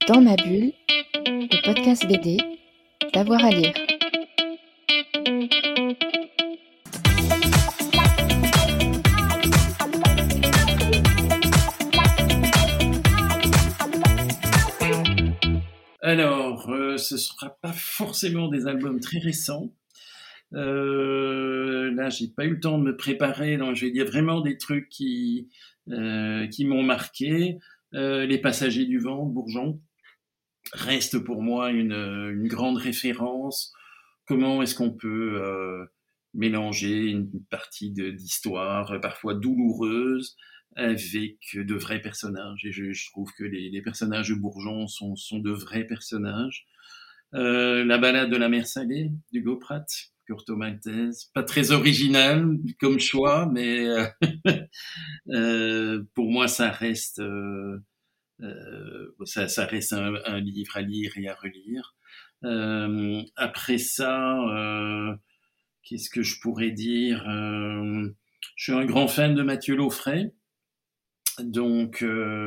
Dans ma bulle, le podcast BD, d'avoir à lire. Alors, ce ne sera pas forcément des albums très récents. Là, j'ai pas eu le temps de me préparer, donc je vais dire vraiment des trucs qui m'ont marqué. Les Passagers du vent, Bourgeon, reste pour moi une grande référence. Comment est-ce qu'on peut mélanger une partie d'histoire parfois douloureuse avec de vrais personnages, et je trouve que les personnages de Bourgeon sont de vrais personnages. La balade de la mer salée d'Hugo Pratt, Curto Maltese, pas très original comme choix, mais pour moi ça reste un livre à lire et à relire. Après ça, qu'est-ce que je pourrais dire? Je suis un grand fan de Mathieu Laufray, donc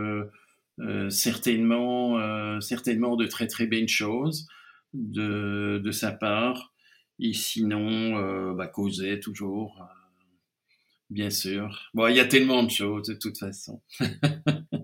certainement de très très belles choses de sa part. Et sinon, Cosette toujours, bien sûr. Bon, il y a tellement de choses de toute façon.